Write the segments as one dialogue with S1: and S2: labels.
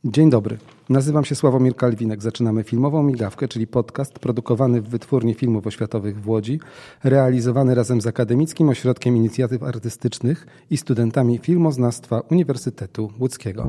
S1: Dzień dobry, nazywam się Sławomir Kalwinek. Zaczynamy Filmową Migawkę, czyli podcast produkowany w Wytwórni Filmów Oświatowych w Łodzi, realizowany razem z Akademickim Ośrodkiem Inicjatyw Artystycznych i studentami filmoznawstwa Uniwersytetu Łódzkiego.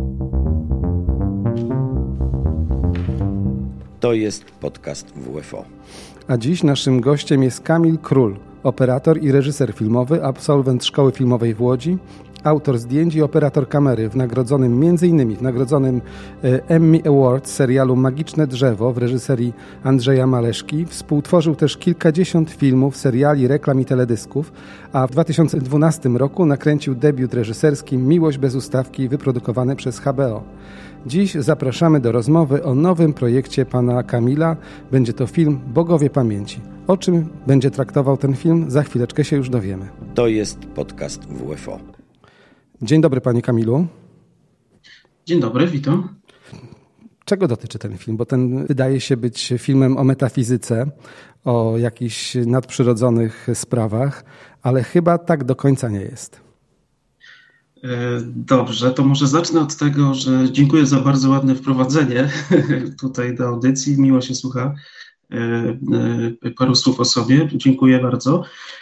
S2: To jest podcast WFO.
S1: A dziś naszym gościem jest Kamil Król, operator i reżyser filmowy, absolwent Szkoły Filmowej w Łodzi, autor zdjęć i operator kamery, m.in. w nagrodzonym Emmy Award serialu Magiczne Drzewo w reżyserii Andrzeja Maleszki. Współtworzył też kilkadziesiąt filmów, seriali, reklam i teledysków, a w 2012 roku nakręcił debiut reżyserski Miłość bez ustawki, wyprodukowany przez HBO. Dziś zapraszamy do rozmowy o nowym projekcie pana Kamila. Będzie to film Bogowie Pamięci. O czym będzie traktował ten film? Za chwileczkę się już dowiemy.
S2: To jest podcast WFO.
S1: Dzień dobry, panie Kamilu.
S3: Dzień dobry, witam.
S1: Czego dotyczy ten film? Bo ten wydaje się być filmem o metafizyce, o jakichś nadprzyrodzonych sprawach, ale chyba tak do końca nie jest.
S3: Dobrze, to może zacznę od tego, że dziękuję za bardzo ładne wprowadzenie tutaj do audycji. Miło się słucha paru słów o sobie. Dziękuję bardzo.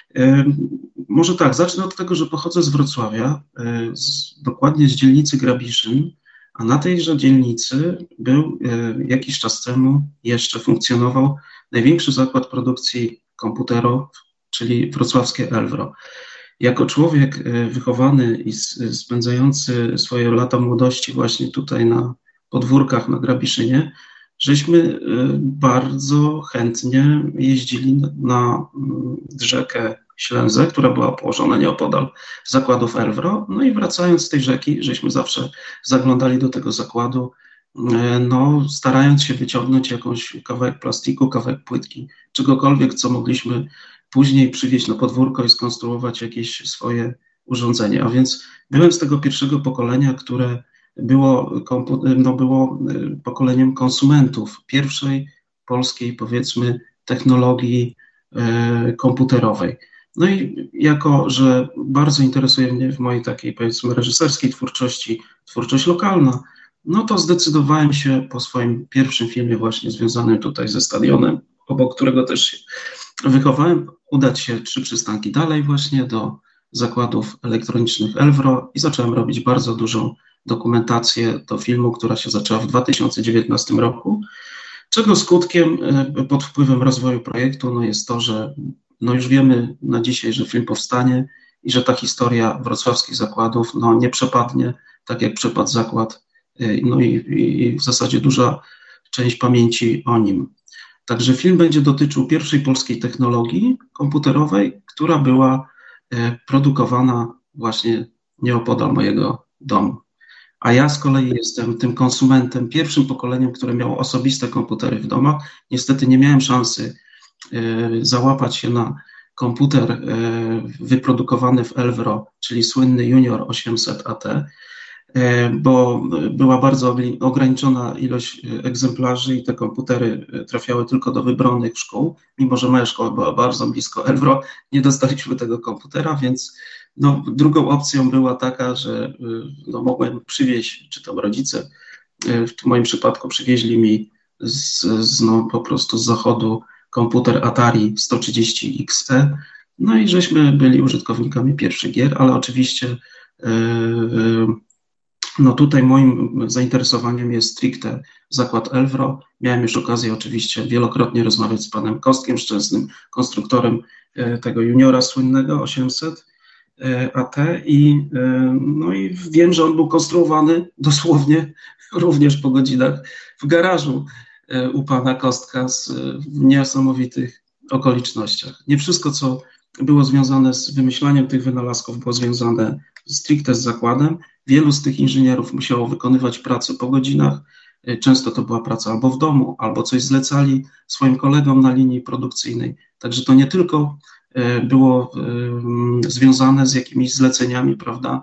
S3: Może tak, zacznę od tego, że pochodzę z Wrocławia, dokładnie z dzielnicy Grabiszyn, a na tejże dzielnicy był jakiś czas temu, jeszcze funkcjonował największy zakład produkcji komputerów, czyli wrocławskie Elwro. Jako człowiek wychowany i spędzający swoje lata młodości właśnie tutaj na podwórkach na Grabiszynie, żeśmy bardzo chętnie jeździli na rzekę Ślęzę, która była położona nieopodal zakładów Elwro. No i wracając z tej rzeki, żeśmy zawsze zaglądali do tego zakładu, starając się wyciągnąć jakąś kawałek plastiku, kawałek płytki, czegokolwiek, co mogliśmy później przywieźć na podwórko i skonstruować jakieś swoje urządzenie. A więc byłem z tego pierwszego pokolenia, które było pokoleniem konsumentów pierwszej polskiej, powiedzmy, technologii komputerowej. No i jako, że bardzo interesuje mnie w mojej takiej, powiedzmy, reżyserskiej twórczości, twórczość lokalna, no to zdecydowałem się po swoim pierwszym filmie właśnie związanym tutaj ze stadionem, obok którego też się wychowałem, udać się 3 przystanki dalej właśnie do zakładów elektronicznych Elwro i zacząłem robić bardzo dużą dokumentację do filmu, która się zaczęła w 2019 roku, czego skutkiem pod wpływem rozwoju projektu jest to, że już wiemy na dzisiaj, że film powstanie i że ta historia wrocławskich zakładów nie przepadnie, tak jak przepadł zakład, i w zasadzie duża część pamięci o nim. Także film będzie dotyczył pierwszej polskiej technologii komputerowej, która była produkowana właśnie nieopodal mojego domu. A ja z kolei jestem tym konsumentem, pierwszym pokoleniem, które miało osobiste komputery w domach. Niestety nie miałem szansy załapać się na komputer wyprodukowany w Elwro, czyli słynny Junior 800 AT, bo była bardzo ograniczona ilość egzemplarzy i te komputery trafiały tylko do wybranych szkół. Mimo że moja szkoła była bardzo blisko Elwro, nie dostaliśmy tego komputera, więc drugą opcją była taka, że mogłem przywieźć, czy tam rodzice w moim przypadku przywieźli mi po prostu z zachodu komputer Atari 130 XE, i żeśmy byli użytkownikami pierwszych gier, ale oczywiście tutaj moim zainteresowaniem jest stricte zakład Elwro. Miałem już okazję oczywiście wielokrotnie rozmawiać z panem Kostkiem Szczęsnym, konstruktorem tego juniora słynnego 800 AT i wiem, że on był konstruowany dosłownie również po godzinach w garażu u pana Kostka w niesamowitych okolicznościach. Nie wszystko, co było związane z wymyślaniem tych wynalazków, było związane stricte z zakładem. Wielu z tych inżynierów musiało wykonywać pracę po godzinach. Często to była praca albo w domu, albo coś zlecali swoim kolegom na linii produkcyjnej. Także to nie tylko było związane z jakimiś zleceniami, prawda,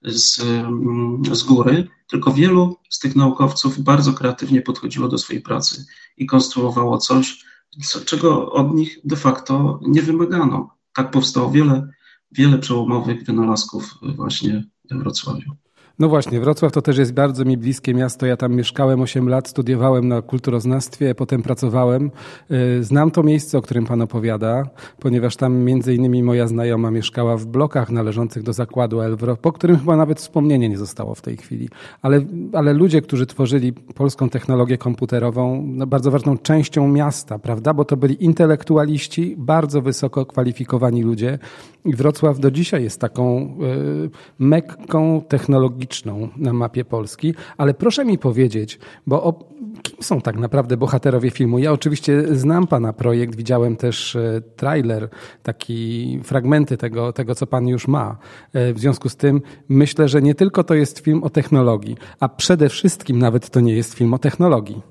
S3: z góry, tylko wielu z tych naukowców bardzo kreatywnie podchodziło do swojej pracy i konstruowało coś, czego od nich de facto nie wymagano. Tak powstało wiele przełomowych wynalazków właśnie we Wrocławiu.
S1: No właśnie, Wrocław to też jest bardzo mi bliskie miasto. Ja tam mieszkałem 8 lat, studiowałem na kulturoznawstwie, potem pracowałem. Znam to miejsce, o którym pan opowiada, ponieważ tam między innymi moja znajoma mieszkała w blokach należących do zakładu Elwro, po którym chyba nawet wspomnienie nie zostało w tej chwili. Ale ludzie, którzy tworzyli polską technologię komputerową, no bardzo ważną częścią miasta, prawda? Bo to byli intelektualiści, bardzo wysoko kwalifikowani ludzie i Wrocław do dzisiaj jest taką mekką technologiczną na mapie Polski, ale proszę mi powiedzieć, bo kim są tak naprawdę bohaterowie filmu? Ja oczywiście znam pana projekt, widziałem też trailer, taki fragmenty tego, co pan już ma. W związku z tym myślę, że nie tylko to jest film o technologii, a przede wszystkim nawet to nie jest film o technologii.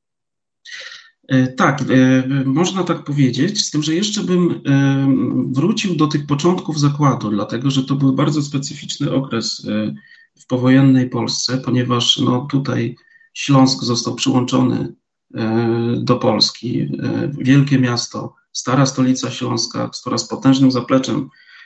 S3: Tak, można tak powiedzieć, z tym, że jeszcze bym wrócił do tych początków zakładu, dlatego że to był bardzo specyficzny okres w powojennej Polsce, ponieważ no, tutaj Śląsk został przyłączony do Polski, wielkie miasto, stara stolica Śląska, z coraz potężnym zapleczem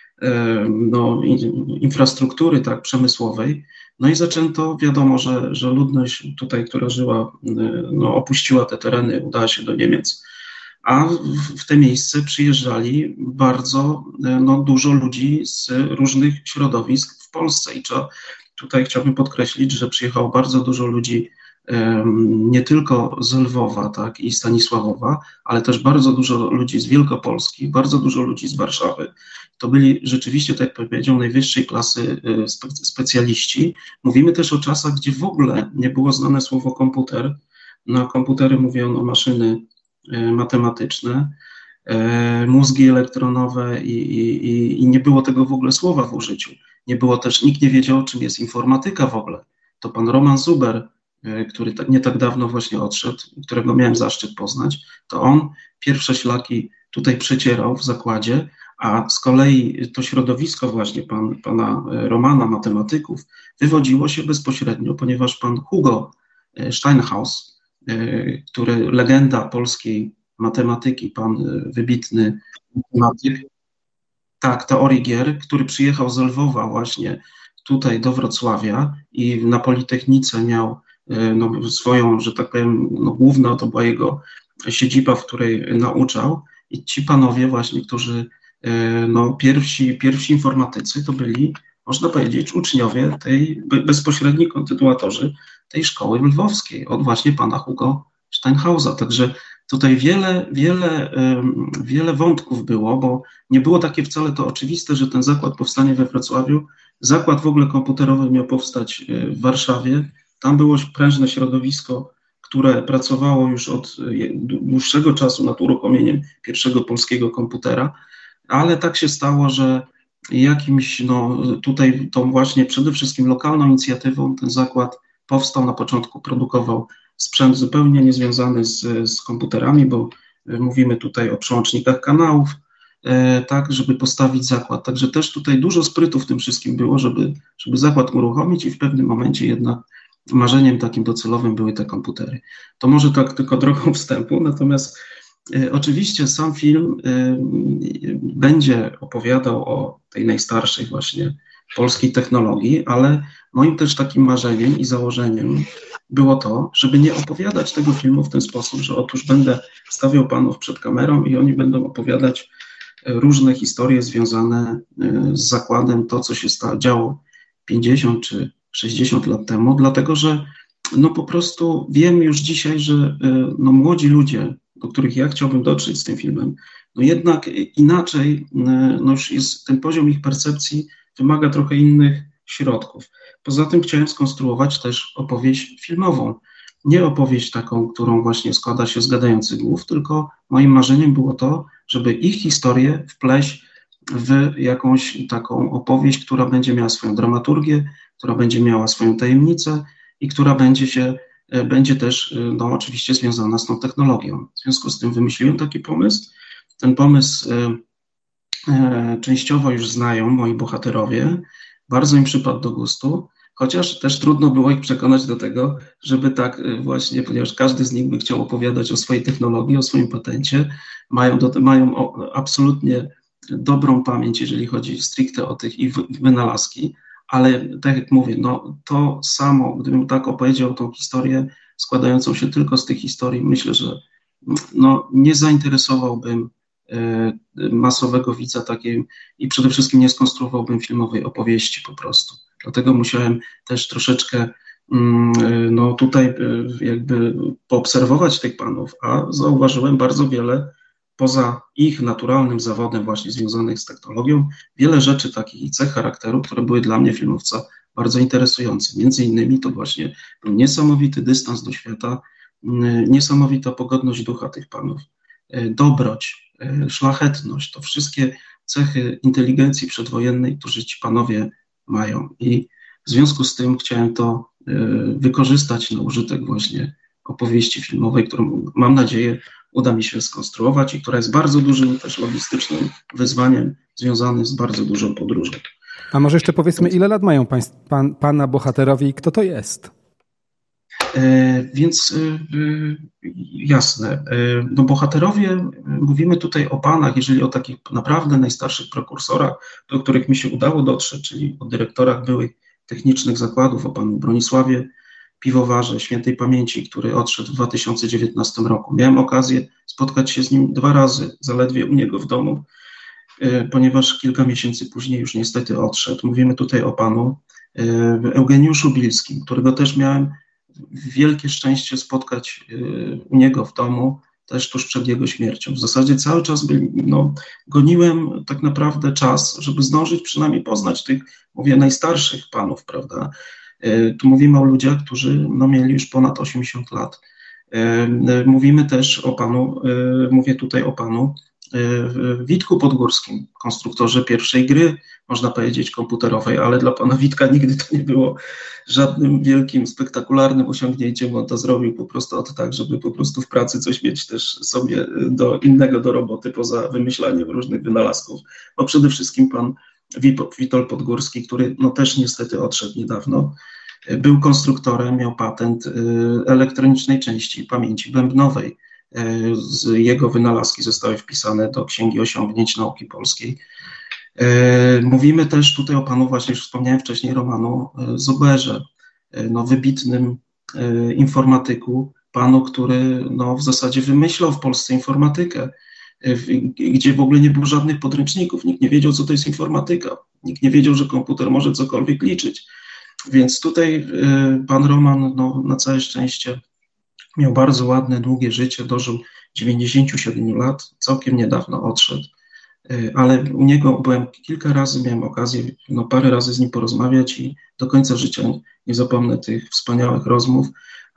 S3: no, infrastruktury tak, przemysłowej. No i zaczęto, wiadomo, że ludność tutaj, która żyła, no, opuściła te tereny, udała się do Niemiec, a w te miejsce przyjeżdżali bardzo no, dużo ludzi z różnych środowisk w Polsce i tutaj chciałbym podkreślić, że przyjechało bardzo dużo ludzi nie tylko z Lwowa, tak, i Stanisławowa, ale też bardzo dużo ludzi z Wielkopolski, bardzo dużo ludzi z Warszawy. To byli rzeczywiście, tak jak powiedział, najwyższej klasy specjaliści. Mówimy też o czasach, gdzie w ogóle nie było znane słowo komputer. Na komputery mówiono maszyny matematyczne, mózgi elektronowe i nie było tego w ogóle słowa w użyciu. Nie było też, nikt nie wiedział, czym jest informatyka w ogóle. To pan Roman Zuber, który nie tak dawno właśnie odszedł, którego miałem zaszczyt poznać, to on pierwsze szlaki tutaj przecierał w zakładzie, a z kolei to środowisko właśnie pana Romana, matematyków, wywodziło się bezpośrednio, ponieważ pan Hugo Steinhaus, który legenda polskiej matematyki, pan wybitny matematyk, tak, teorii gier, który przyjechał z Lwowa właśnie tutaj do Wrocławia i na Politechnice miał no, swoją, że tak powiem, no, główna to była jego siedziba, w której nauczał i ci panowie właśnie, którzy no, pierwsi informatycy to byli, można powiedzieć, uczniowie tej, bezpośredni kontynuatorzy tej szkoły lwowskiej, od właśnie pana Hugo Steinhausa. Także tutaj wiele wątków było, bo nie było takie wcale to oczywiste, że ten zakład powstanie we Wrocławiu. Zakład w ogóle komputerowy miał powstać w Warszawie. Tam było prężne środowisko, które pracowało już od dłuższego czasu nad uruchomieniem pierwszego polskiego komputera, ale tak się stało, że jakimś, no tutaj tą właśnie przede wszystkim lokalną inicjatywą ten zakład powstał, na początku produkował sprzęt zupełnie niezwiązany z komputerami, bo mówimy tutaj o przełącznikach kanałów, tak, żeby postawić zakład. Także też tutaj dużo sprytu w tym wszystkim było, żeby zakład uruchomić i w pewnym momencie jednak marzeniem takim docelowym były te komputery. To może tak tylko drogą wstępu, natomiast oczywiście sam film będzie opowiadał o tej najstarszej właśnie polskiej technologii, ale moim też takim marzeniem i założeniem było to, żeby nie opowiadać tego filmu w ten sposób, że otóż będę stawiał panów przed kamerą i oni będą opowiadać różne historie związane z zakładem, to co się działo 50 czy 60 lat temu, dlatego że no po prostu wiem już dzisiaj, że no młodzi ludzie, do których ja chciałbym dotrzeć z tym filmem, no jednak inaczej, no już jest ten poziom ich percepcji wymaga trochę innych środków. Poza tym chciałem skonstruować też opowieść filmową. Nie opowieść taką, którą właśnie składa się z gadających głów, tylko moim marzeniem było to, żeby ich historię wpleść w jakąś taką opowieść, która będzie miała swoją dramaturgię, która będzie miała swoją tajemnicę i która będzie też no, oczywiście związana z tą technologią. W związku z tym wymyśliłem taki pomysł. Ten pomysł częściowo już znają moi bohaterowie, bardzo im przypadł do gustu, chociaż też trudno było ich przekonać do tego, żeby tak właśnie, ponieważ każdy z nich by chciał opowiadać o swojej technologii, o swoim patencie, mają absolutnie dobrą pamięć, jeżeli chodzi stricte o tych ich wynalazki, ale tak jak mówię, no to samo, gdybym tak opowiedział tą historię składającą się tylko z tych historii, myślę, że no, nie zainteresowałbym masowego widza takiej i przede wszystkim nie skonstruowałbym filmowej opowieści po prostu. Dlatego musiałem też troszeczkę no tutaj jakby poobserwować tych panów, a zauważyłem bardzo wiele poza ich naturalnym zawodem właśnie związanych z technologią, wiele rzeczy takich i cech charakteru, które były dla mnie filmowca bardzo interesujące. Między innymi to właśnie był niesamowity dystans do świata, niesamowita pogodność ducha tych panów, dobroć, szlachetność, to wszystkie cechy inteligencji przedwojennej, którzy ci panowie mają. I w związku z tym chciałem to wykorzystać na użytek właśnie opowieści filmowej, którą mam nadzieję uda mi się skonstruować i która jest bardzo dużym też logistycznym wyzwaniem związanym z bardzo dużą podróżą.
S1: A może jeszcze powiedzmy, ile lat mają pana bohaterowie i kto to jest?
S3: Więc jasne, no bohaterowie, mówimy tutaj o panach, jeżeli o takich naprawdę najstarszych prekursorach, do których mi się udało dotrzeć, czyli o dyrektorach byłych technicznych zakładów, o panu Bronisławie Piwowarze, świętej pamięci, który odszedł w 2019 roku. Miałem okazję spotkać się z nim 2 razy, zaledwie u niego w domu, ponieważ kilka miesięcy później już niestety odszedł. Mówimy tutaj o panu Eugeniuszu Bilskim, którego też miałem wielkie szczęście spotkać u niego w domu, też tuż przed jego śmiercią. W zasadzie cały czas goniłem tak naprawdę czas, żeby zdążyć przynajmniej poznać tych, mówię, najstarszych panów, prawda? Tu mówimy o ludziach, którzy mieli już ponad 80 lat. Mówimy też o panu, mówię tutaj o panu Witku Podgórskim, konstruktorze pierwszej gry, można powiedzieć, komputerowej, ale dla pana Witka nigdy to nie było żadnym wielkim, spektakularnym osiągnięciem. On to zrobił po prostu tak, żeby po prostu w pracy coś mieć też sobie innego do roboty, poza wymyślaniem różnych wynalazków. Bo przede wszystkim pan Witold Podgórski, który no też niestety odszedł niedawno, był konstruktorem, miał patent elektronicznej części pamięci bębnowej. Jego wynalazki zostały wpisane do Księgi Osiągnięć Nauki Polskiej. Mówimy też tutaj o panu, właśnie już wspomniałem wcześniej, Romanu Zoberze, no wybitnym informatyku, panu, który no w zasadzie wymyślał w Polsce informatykę, gdzie w ogóle nie było żadnych podręczników, nikt nie wiedział, co to jest informatyka, nikt nie wiedział, że komputer może cokolwiek liczyć. Więc tutaj pan Roman, no, na całe szczęście miał bardzo ładne, długie życie, dożył 97 lat, całkiem niedawno odszedł, ale u niego byłem kilka razy, miałem okazję, no, parę razy z nim porozmawiać i do końca życia nie zapomnę tych wspaniałych rozmów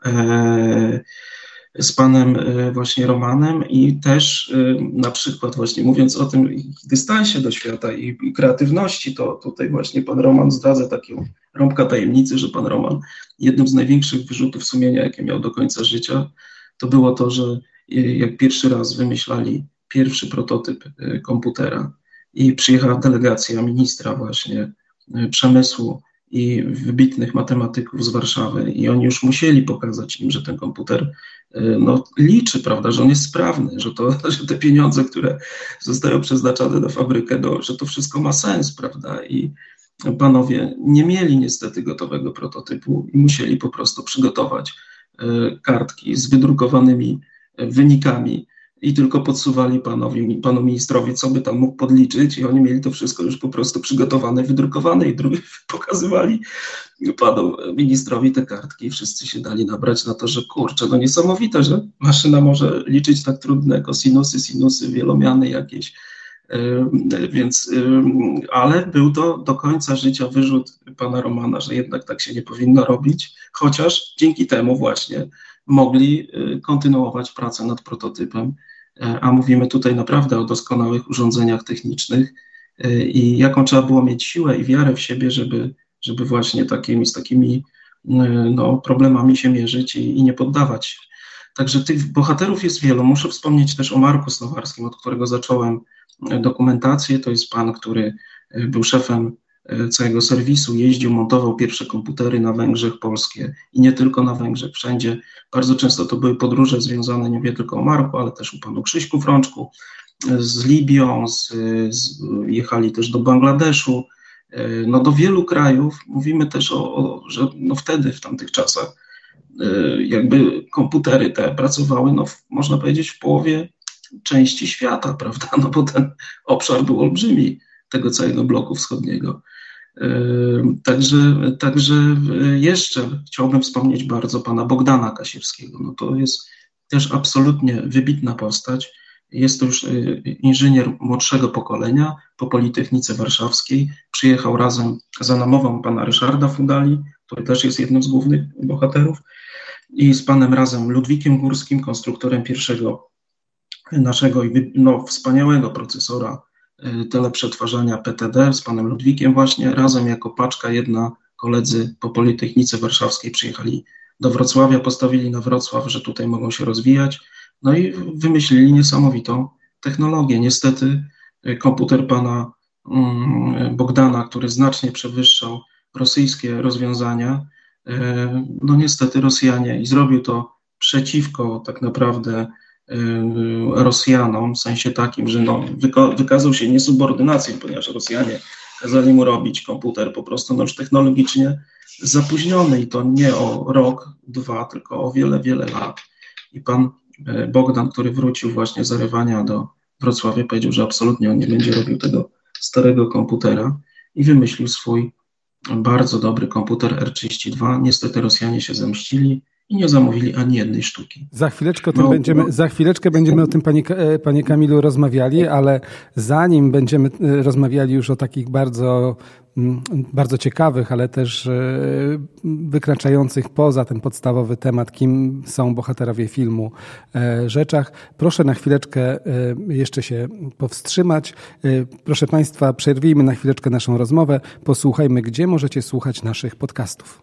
S3: z panem właśnie Romanem i też na przykład właśnie mówiąc o tym dystansie do świata i kreatywności, to tutaj właśnie pan Roman zdradza taką rąbka tajemnicy, że pan Roman jednym z największych wyrzutów sumienia, jakie miał do końca życia, to było to, że jak pierwszy raz wymyślali pierwszy prototyp komputera i przyjechała delegacja ministra właśnie przemysłu i wybitnych matematyków z Warszawy i oni już musieli pokazać im, że ten komputer no, liczy, prawda, że on jest sprawny, że te pieniądze, które zostają przeznaczane na fabrykę, no, że to wszystko ma sens, prawda, i panowie nie mieli niestety gotowego prototypu i musieli po prostu przygotować kartki z wydrukowanymi wynikami i tylko podsuwali panu ministrowi, co by tam mógł podliczyć i oni mieli to wszystko już po prostu przygotowane, wydrukowane i pokazywali panu ministrowi te kartki i wszyscy się dali nabrać na to, że kurczę, no niesamowite, że maszyna może liczyć tak trudne sinusy, wielomiany jakieś, więc, ale był to do końca życia wyrzut pana Romana, że jednak tak się nie powinno robić, chociaż dzięki temu właśnie mogli kontynuować pracę nad prototypem, a mówimy tutaj naprawdę o doskonałych urządzeniach technicznych i jaką trzeba było mieć siłę i wiarę w siebie, żeby właśnie z takimi no, problemami się mierzyć i nie poddawać się. Także tych bohaterów jest wielu. Muszę wspomnieć też o Marku Slowarskim, od którego zacząłem dokumentację. To jest pan, który był szefem całego serwisu, jeździł, montował pierwsze komputery na Węgrzech polskie i nie tylko na Węgrzech, wszędzie. Bardzo często to były podróże związane, nie mówię tylko o Marku, ale też o panu Krzyśku Frączku, z Libią, jechali też do Bangladeszu No do wielu krajów, mówimy też że no wtedy, w tamtych czasach, jakby komputery te pracowały, no można powiedzieć w połowie części świata, prawda, no bo ten obszar był olbrzymi tego całego bloku wschodniego. Także jeszcze chciałbym wspomnieć bardzo pana Bogdana Kasiewskiego. No to jest też absolutnie wybitna postać. Jest to już inżynier młodszego pokolenia po Politechnice Warszawskiej. Przyjechał razem za namową pana Ryszarda Fudali, który też jest jednym z głównych bohaterów, i z panem razem Ludwikiem Górskim, konstruktorem pierwszego naszego wspaniałego procesora teleprzetwarzania PTD, z panem Ludwikiem właśnie, razem jako paczka jedna koledzy po Politechnice Warszawskiej przyjechali do Wrocławia, postawili na Wrocław, że tutaj mogą się rozwijać, no i wymyślili niesamowitą technologię. Niestety komputer pana Bogdana, który znacznie przewyższał rosyjskie rozwiązania, no niestety Rosjanie, i zrobił to przeciwko tak naprawdę Rosjanom, w sensie takim, że no, wykazał się niesubordynacją, ponieważ Rosjanie kazali mu robić komputer po prostu no już technologicznie zapóźniony, i to nie o rok, dwa, tylko o wiele, wiele lat. I pan Bogdan, który wrócił właśnie z Erywania do Wrocławia, powiedział, że absolutnie on nie będzie robił tego starego komputera, i wymyślił swój bardzo dobry komputer R32. Niestety Rosjanie się zemścili i nie zamówili ani jednej sztuki.
S1: Za chwileczkę będziemy o tym, panie Kamilu, rozmawiali, ale zanim będziemy rozmawiali już o takich bardzo, bardzo ciekawych, ale też wykraczających poza ten podstawowy temat, kim są bohaterowie filmu, rzeczach, proszę na chwileczkę jeszcze się powstrzymać. Proszę państwa, przerwijmy na chwileczkę naszą rozmowę, posłuchajmy, gdzie możecie słuchać naszych podcastów.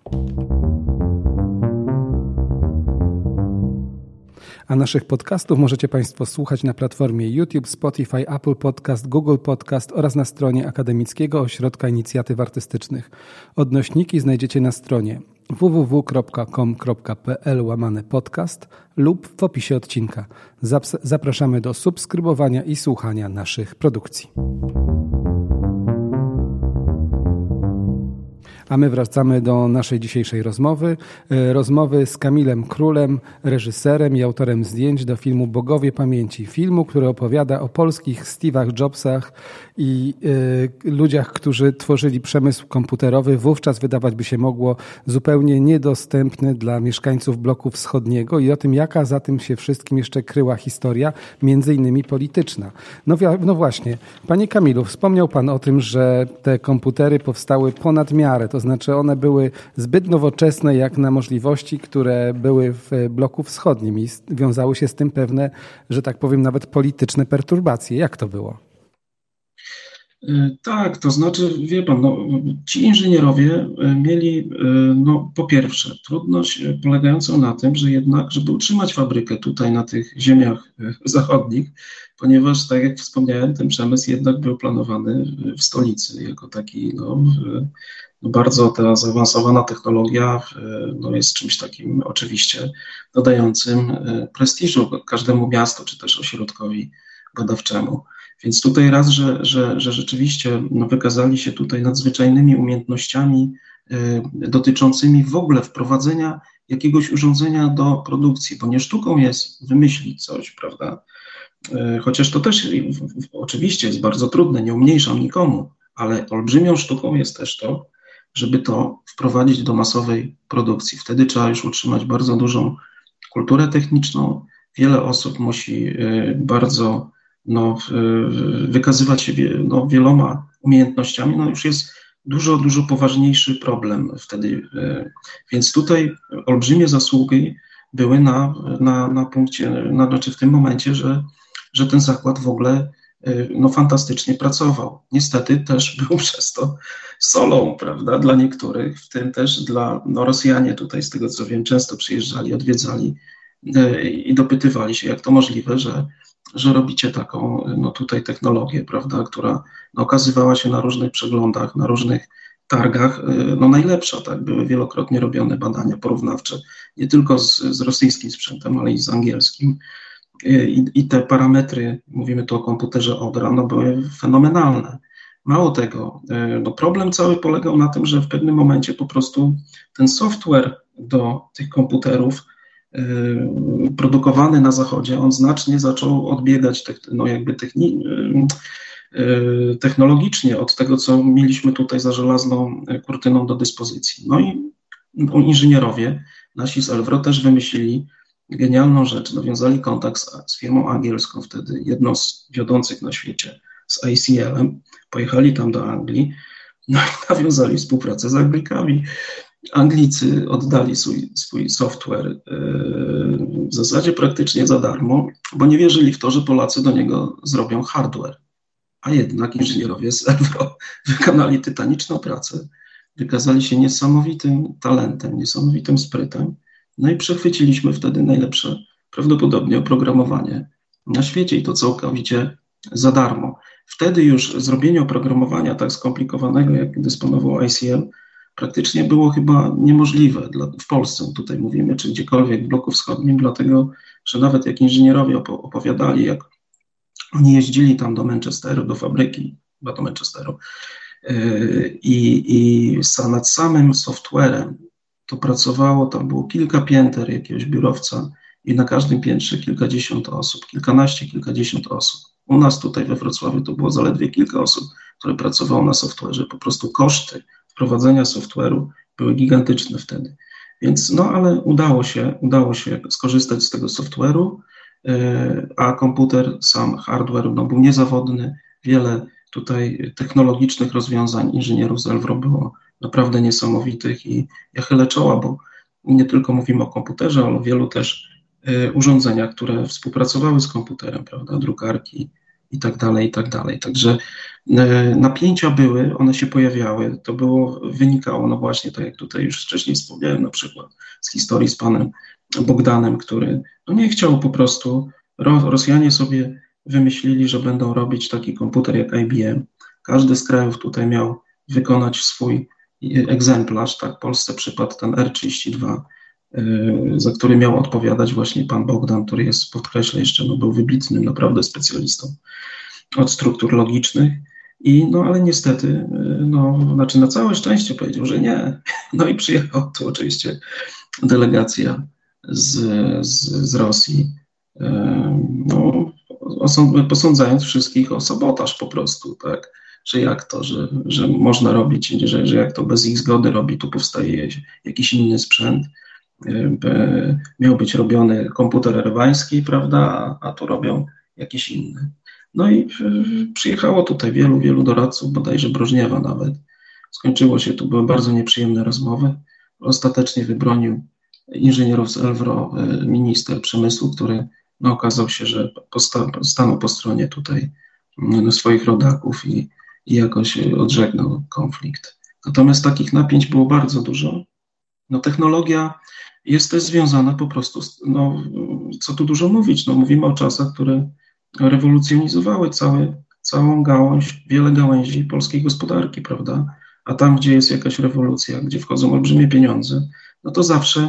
S1: A naszych podcastów możecie państwo słuchać na platformie YouTube, Spotify, Apple Podcast, Google Podcast oraz na stronie Akademickiego Ośrodka Inicjatyw Artystycznych. Odnośniki znajdziecie na stronie www.com.pl/podcast lub w opisie odcinka. Zapraszamy do subskrybowania i słuchania naszych produkcji. A my wracamy do naszej dzisiejszej rozmowy z Kamilem Królem, reżyserem i autorem zdjęć do filmu Bogowie Pamięci. Filmu, który opowiada o polskich Steve'ach Jobsach i ludziach, którzy tworzyli przemysł komputerowy, wówczas wydawać by się mogło zupełnie niedostępny dla mieszkańców bloku wschodniego, i o tym, jaka za tym się wszystkim jeszcze kryła historia, między innymi polityczna. No właśnie, panie Kamilu, wspomniał pan o tym, że te komputery powstały ponad miarę, to znaczy one były zbyt nowoczesne jak na możliwości, które były w bloku wschodnim, i wiązały się z tym pewne, że tak powiem, nawet polityczne perturbacje. Jak to było?
S3: Tak, to znaczy, wie pan, ci inżynierowie mieli, po pierwsze, trudność polegającą na tym, że jednak, żeby utrzymać fabrykę tutaj na tych ziemiach zachodnich, ponieważ, tak jak wspomniałem, ten przemysł jednak był planowany w stolicy jako taki, bardzo ta zaawansowana technologia jest czymś takim oczywiście dodającym prestiżu każdemu miastu, czy też ośrodkowi badawczemu. Więc tutaj raz, że rzeczywiście wykazali się tutaj nadzwyczajnymi umiejętnościami dotyczącymi w ogóle wprowadzenia jakiegoś urządzenia do produkcji, bo nie sztuką jest wymyślić coś, prawda? Chociaż to też oczywiście jest bardzo trudne, nie umniejszam nikomu, ale olbrzymią sztuką jest też to, żeby to wprowadzić do masowej produkcji. Wtedy trzeba już utrzymać bardzo dużą kulturę techniczną. Wiele osób musi bardzo wykazywać się wieloma umiejętnościami. Już jest dużo poważniejszy problem wtedy. Więc tutaj olbrzymie zasługi były na punkcie, znaczy w tym momencie, że ten zakład w ogóle fantastycznie pracował. Niestety też był przez to solą, prawda, dla niektórych, w tym też dla Rosjanie tutaj, z tego co wiem, często przyjeżdżali, odwiedzali i dopytywali się, jak to możliwe, że robicie taką tutaj technologię, prawda, która okazywała się na różnych przeglądach, na różnych targach najlepsza, tak, były wielokrotnie robione badania porównawcze, nie tylko z rosyjskim sprzętem, ale i z angielskim. I te parametry, mówimy tu o komputerze Odra, były fenomenalne. Mało tego, no problem cały polegał na tym, że w pewnym momencie po prostu ten software do tych komputerów produkowany na Zachodzie, on znacznie zaczął odbiegać technologicznie od tego, co mieliśmy tutaj za żelazną kurtyną do dyspozycji. No i inżynierowie nasi z Elvro też wymyślili genialną rzecz, nawiązali kontakt z firmą angielską wtedy, jedną z wiodących na świecie, z ICL-em, pojechali tam do Anglii, no i nawiązali współpracę z Anglikami. Anglicy oddali swój software w zasadzie praktycznie za darmo, bo nie wierzyli w to, że Polacy do niego zrobią hardware. A jednak inżynierowie z Elvro wykonali tytaniczną pracę, wykazali się niesamowitym talentem, niesamowitym sprytem, no i przechwyciliśmy wtedy najlepsze prawdopodobnie oprogramowanie na świecie i to całkowicie za darmo. Wtedy już zrobienie oprogramowania tak skomplikowanego, jak dysponował ICL, praktycznie było chyba niemożliwe w Polsce, tutaj mówimy, czy gdziekolwiek w bloku wschodnim, dlatego, że nawet jak inżynierowie opowiadali, jak oni jeździli tam do Manchesteru, do fabryki, chyba do Manchesteru, i nad samym softwarem to pracowało, tam było kilka pięter jakiegoś biurowca i na każdym piętrze kilkadziesiąt osób, kilkadziesiąt osób. U nas tutaj we Wrocławiu to było zaledwie kilka osób, które pracowało na softwarze. Po prostu koszty wprowadzenia software'u były gigantyczne wtedy. Więc no ale udało się skorzystać z tego software'u, a komputer, sam hardware był niezawodny. Wiele tutaj technologicznych rozwiązań inżynierów z Elvro było naprawdę niesamowitych i ja chylę czoła, bo nie tylko mówimy o komputerze, ale o wielu też urządzeniach, które współpracowały z komputerem, prawda, drukarki i tak dalej, i tak dalej. Także napięcia były, one się pojawiały, to wynikało, no właśnie, tak jak tutaj już wcześniej wspomniałem, na przykład z historii z panem Bogdanem, który no nie chciał po prostu, Rosjanie sobie wymyślili, że będą robić taki komputer jak IBM. Każdy z krajów tutaj miał wykonać swój egzemplarz, tak, Polsce przypadł ten R32, za który miał odpowiadać właśnie pan Bogdan, który jest, podkreślę jeszcze, no był wybitnym naprawdę specjalistą od struktur logicznych. Ale niestety, znaczy na całe szczęście powiedział, że nie. No i przyjechał tu oczywiście delegacja z Rosji, posądzając wszystkich o sabotaż po prostu, tak, że jak to, że można robić, że jak to bez ich zgody robi, tu powstaje jakiś inny sprzęt. Miał być robiony komputer erewański, prawda, a tu robią jakiś inny. No i przyjechało tutaj wielu doradców, bodajże Brożniewa nawet. Skończyło się, tu były bardzo nieprzyjemne rozmowy. Ostatecznie wybronił inżynierów z Elvro minister przemysłu, który okazał się, że stanął po stronie tutaj swoich rodaków i jakoś odżegnał konflikt. Natomiast takich napięć było bardzo dużo. Technologia jest też związana po prostu, co tu dużo mówić, mówimy o czasach, które rewolucjonizowały całą gałąź, wiele gałęzi polskiej gospodarki, prawda? A tam, gdzie jest jakaś rewolucja, gdzie wchodzą olbrzymie pieniądze, to zawsze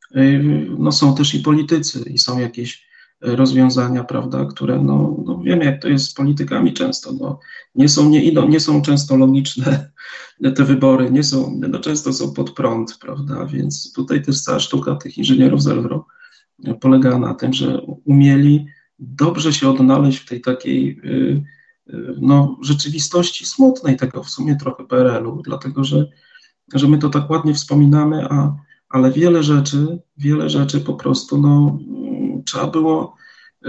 S3: są też i politycy i są jakieś rozwiązania, prawda, które, wiemy, jak to jest z politykami często, nie są często logiczne te wybory, często są pod prąd, prawda, więc tutaj też cała sztuka tych inżynierów z Elvro polega na tym, że umieli dobrze się odnaleźć w tej takiej rzeczywistości smutnej tego w sumie trochę PRL-u, dlatego, że my to tak ładnie wspominamy, ale wiele rzeczy po prostu trzeba było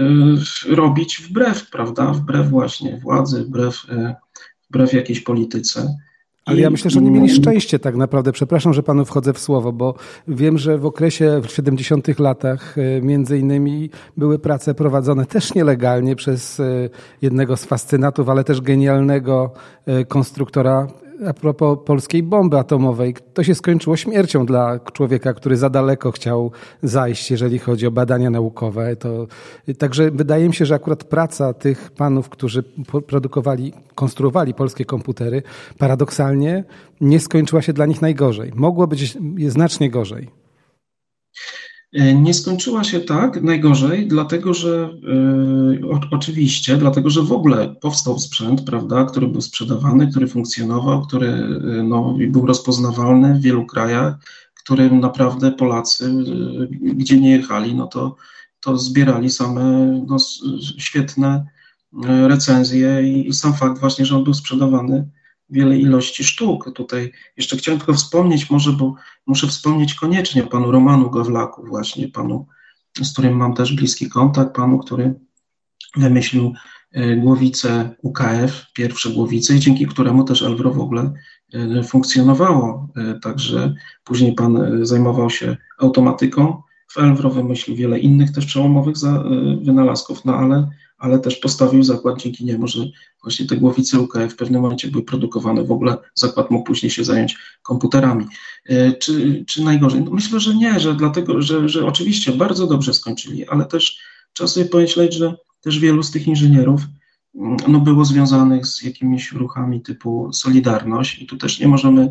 S3: robić wbrew, prawda, wbrew właśnie władzy, wbrew jakiejś polityce.
S1: Ale ja myślę, że oni mieli szczęście tak naprawdę. Przepraszam, że panu wchodzę w słowo, bo wiem, że w okresie w 70. latach między innymi były prace prowadzone też nielegalnie przez jednego z fascynatów, ale też genialnego konstruktora a propos polskiej bomby atomowej. To się skończyło śmiercią dla człowieka, który za daleko chciał zajść, jeżeli chodzi o badania naukowe. Także wydaje mi się, że akurat praca tych panów, którzy konstruowali polskie komputery, paradoksalnie nie skończyła się dla nich najgorzej. Mogło być znacznie gorzej.
S3: Nie skończyła się tak, najgorzej, dlatego że oczywiście, dlatego że w ogóle powstał sprzęt, prawda, który był sprzedawany, który funkcjonował, który był rozpoznawalny w wielu krajach, którym naprawdę Polacy, gdzie nie jechali, to zbierali same świetne recenzje i sam fakt właśnie, że on był sprzedawany wiele ilości sztuk. Tutaj jeszcze chciałem tylko wspomnieć może, bo muszę wspomnieć koniecznie panu Romanu Gawlaku właśnie, panu, z którym mam też bliski kontakt, panu, który wymyślił głowice UKF, pierwsze głowice i dzięki któremu też Elwro w ogóle funkcjonowało. Także później pan zajmował się automatyką w Elwro, wymyślił wiele innych też przełomowych wynalazków, ale też postawił zakład dzięki niemu, że właśnie te głowice UKF w pewnym momencie były produkowane. W ogóle zakład mógł później się zająć komputerami. Czy najgorzej? No myślę, że nie, że dlatego, że oczywiście bardzo dobrze skończyli, ale też trzeba sobie pomyśleć, że też wielu z tych inżynierów było związanych z jakimiś ruchami typu Solidarność i tu też nie możemy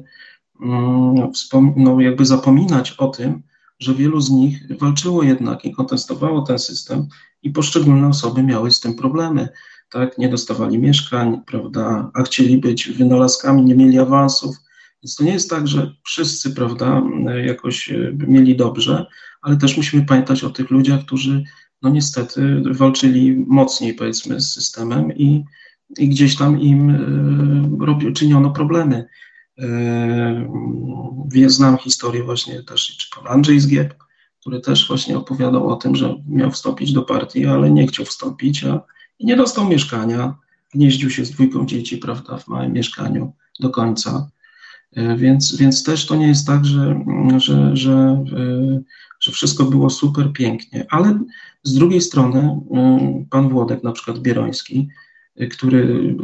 S3: jakby zapominać o tym, że wielu z nich walczyło jednak i kontestowało ten system i poszczególne osoby miały z tym problemy, tak, nie dostawali mieszkań, prawda, a chcieli być wynalazkami, nie mieli awansów, więc to nie jest tak, że wszyscy, prawda, jakoś mieli dobrze, ale też musimy pamiętać o tych ludziach, którzy niestety walczyli mocniej, powiedzmy, z systemem i gdzieś tam im czyniono problemy. Znam historię właśnie też, czy pan Andrzej Zgieb, który też właśnie opowiadał o tym, że miał wstąpić do partii, ale nie chciał wstąpić i nie dostał mieszkania, gnieździł się z 2 dzieci, prawda, w małym mieszkaniu do końca. Więc też to nie jest tak, że wszystko było super pięknie, ale z drugiej strony pan Włodek, na przykład Bieroński, który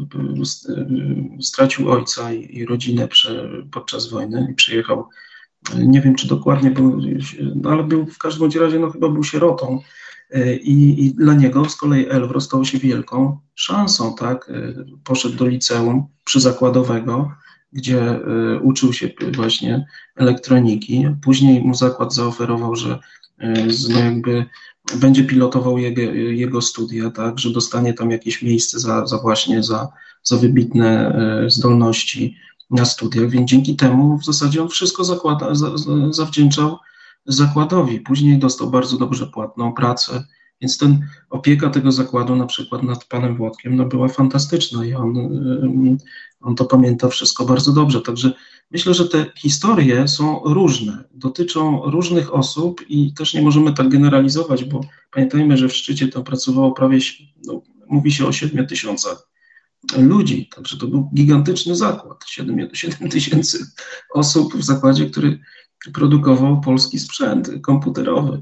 S3: stracił ojca i rodzinę podczas wojny i przyjechał, nie wiem czy dokładnie był, ale był w każdym razie, chyba był sierotą i dla niego z kolei Elwro stało się wielką szansą, tak, poszedł do liceum przyzakładowego, gdzie uczył się właśnie elektroniki, później mu zakład zaoferował, że jakby będzie pilotował jego studia, tak, że dostanie tam jakieś miejsce za wybitne zdolności na studiach, więc dzięki temu w zasadzie on wszystko zawdzięczał zakładowi. Później dostał bardzo dobrze płatną pracę, więc opieka tego zakładu na przykład nad panem Włodkiem była fantastyczna i on to pamięta wszystko bardzo dobrze. Także myślę, że te historie są różne, dotyczą różnych osób i też nie możemy tak generalizować, bo pamiętajmy, że w szczycie tam pracowało prawie, mówi się o 7 000 ludzi, także to był gigantyczny zakład, 7 000 osób w zakładzie, który produkował polski sprzęt komputerowy.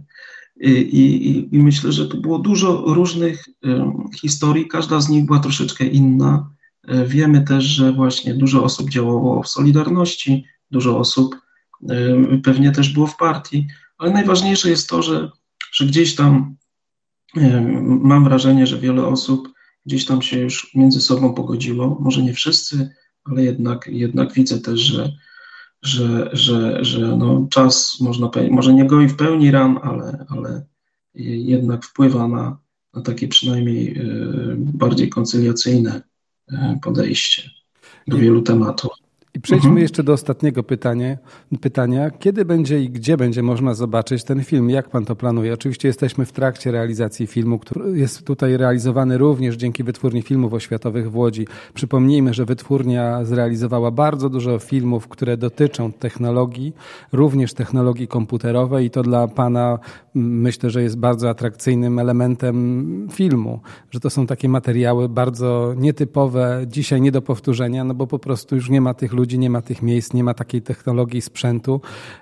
S3: I myślę, że tu było dużo różnych historii, każda z nich była troszeczkę inna. Wiemy też, że właśnie dużo osób działało w Solidarności, dużo osób pewnie też było w partii, ale najważniejsze jest to, że gdzieś tam mam wrażenie, że wiele osób gdzieś tam się już między sobą pogodziło, może nie wszyscy, ale jednak widzę też, że czas, można powiedzieć, może nie goi w pełni ran, ale jednak wpływa na takie przynajmniej bardziej koncyliacyjne podejście do wielu tematów.
S1: I przejdźmy jeszcze do ostatniego pytania. Kiedy będzie i gdzie będzie można zobaczyć ten film? Jak pan to planuje? Oczywiście jesteśmy w trakcie realizacji filmu, który jest tutaj realizowany również dzięki Wytwórni Filmów Oświatowych w Łodzi. Przypomnijmy, że wytwórnia zrealizowała bardzo dużo filmów, które dotyczą technologii, również technologii komputerowej i to dla pana myślę, że jest bardzo atrakcyjnym elementem filmu, że to są takie materiały bardzo nietypowe, dzisiaj nie do powtórzenia, bo po prostu już nie ma tych ludzi, nie ma tych miejsc, nie ma takiej technologii, sprzętu.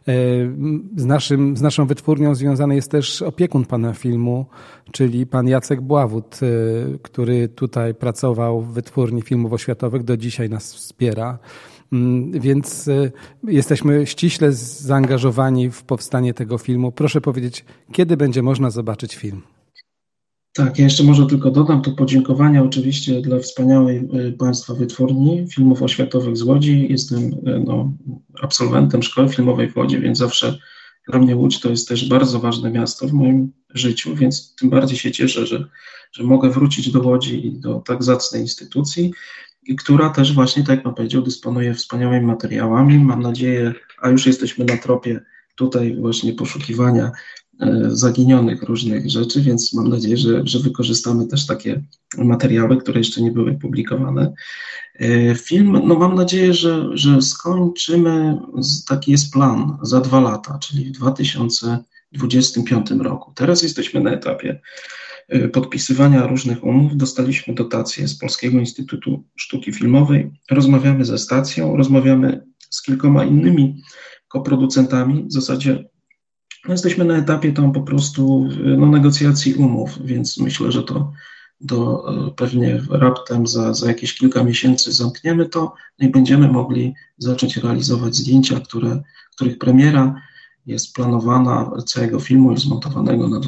S1: Z naszą wytwórnią związany jest też opiekun pana filmu, czyli pan Jacek Bławut, który tutaj pracował w Wytwórni Filmów Oświatowych, do dzisiaj nas wspiera. Więc jesteśmy ściśle zaangażowani w powstanie tego filmu. Proszę powiedzieć, kiedy będzie można zobaczyć film?
S3: Tak, ja jeszcze może tylko dodam tu podziękowania oczywiście dla wspaniałej Państwa Wytwórni Filmów Oświatowych z Łodzi. Jestem absolwentem Szkoły Filmowej w Łodzi, więc zawsze Dla mnie Łódź to jest też bardzo ważne miasto w moim życiu, więc tym bardziej się cieszę, że mogę wrócić do Łodzi i do tak zacnej instytucji, i która też właśnie, tak jak pan powiedział, dysponuje wspaniałymi materiałami. Mam nadzieję, a już jesteśmy na tropie tutaj właśnie poszukiwania zaginionych różnych rzeczy, więc mam nadzieję, że wykorzystamy też takie materiały, które jeszcze nie były publikowane. Film, no mam nadzieję, że skończymy, taki jest plan, za 2 lata, czyli w 2025 roku. Teraz jesteśmy na etapie podpisywania różnych umów. Dostaliśmy dotację z Polskiego Instytutu Sztuki Filmowej, rozmawiamy ze stacją, rozmawiamy z kilkoma innymi koproducentami. W zasadzie jesteśmy na etapie tam po prostu negocjacji umów, więc myślę, że to pewnie raptem za jakieś kilka miesięcy zamkniemy to i będziemy mogli zacząć realizować zdjęcia, których premiera jest planowana całego filmu już zmontowanego na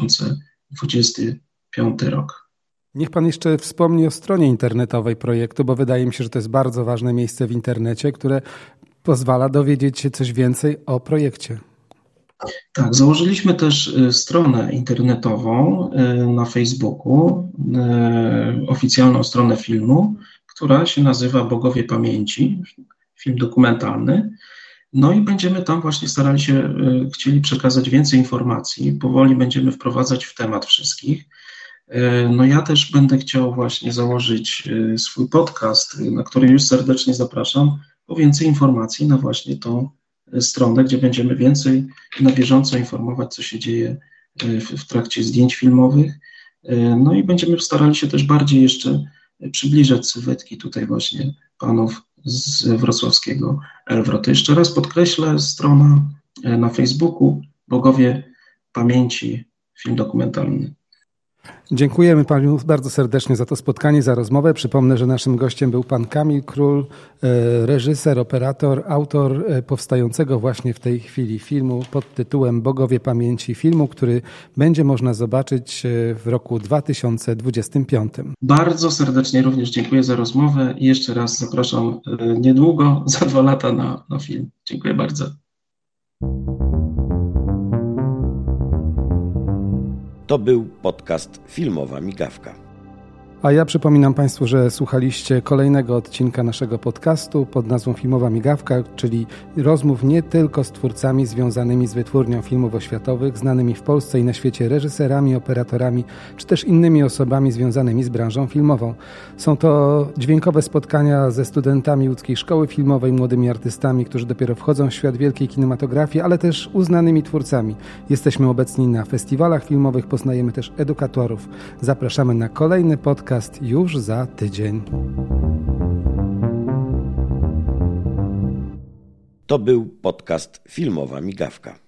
S3: 2025 rok.
S1: Niech pan jeszcze wspomni o stronie internetowej projektu, bo wydaje mi się, że to jest bardzo ważne miejsce w internecie, które pozwala dowiedzieć się coś więcej o projekcie.
S3: Tak, założyliśmy też stronę internetową na Facebooku, oficjalną stronę filmu, która się nazywa Bogowie Pamięci, film dokumentalny. No i będziemy tam właśnie chcieli przekazać więcej informacji, powoli będziemy wprowadzać w temat wszystkich. No ja też będę chciał właśnie założyć swój podcast, na który już serdecznie zapraszam, po więcej informacji na właśnie tą stronę, gdzie będziemy więcej na bieżąco informować, co się dzieje w trakcie zdjęć filmowych. No i będziemy starali się też bardziej jeszcze przybliżać sylwetki tutaj właśnie panów z wrocławskiego Elwro. To jeszcze raz podkreślę, strona na Facebooku Bogowie Pamięci, film dokumentalny.
S1: Dziękujemy panu bardzo serdecznie za to spotkanie, za rozmowę. Przypomnę, że naszym gościem był pan Kamil Król, reżyser, operator, autor powstającego właśnie w tej chwili filmu pod tytułem Bogowie Pamięci, filmu, który będzie można zobaczyć w roku 2025.
S3: Bardzo serdecznie również dziękuję za rozmowę i jeszcze raz zapraszam niedługo, za 2 lata na film. Dziękuję bardzo.
S2: To był podcast Filmowa Migawka.
S1: A ja przypominam Państwu, że słuchaliście kolejnego odcinka naszego podcastu pod nazwą Filmowa Migawka, czyli rozmów nie tylko z twórcami związanymi z wytwórnią filmów oświatowych, znanymi w Polsce i na świecie reżyserami, operatorami, czy też innymi osobami związanymi z branżą filmową. Są to dźwiękowe spotkania ze studentami Łódzkiej Szkoły Filmowej, młodymi artystami, którzy dopiero wchodzą w świat wielkiej kinematografii, ale też uznanymi twórcami. Jesteśmy obecni na festiwalach filmowych, poznajemy też edukatorów. Zapraszamy na kolejny podcast już za tydzień.
S2: To był podcast Filmowa Migawka.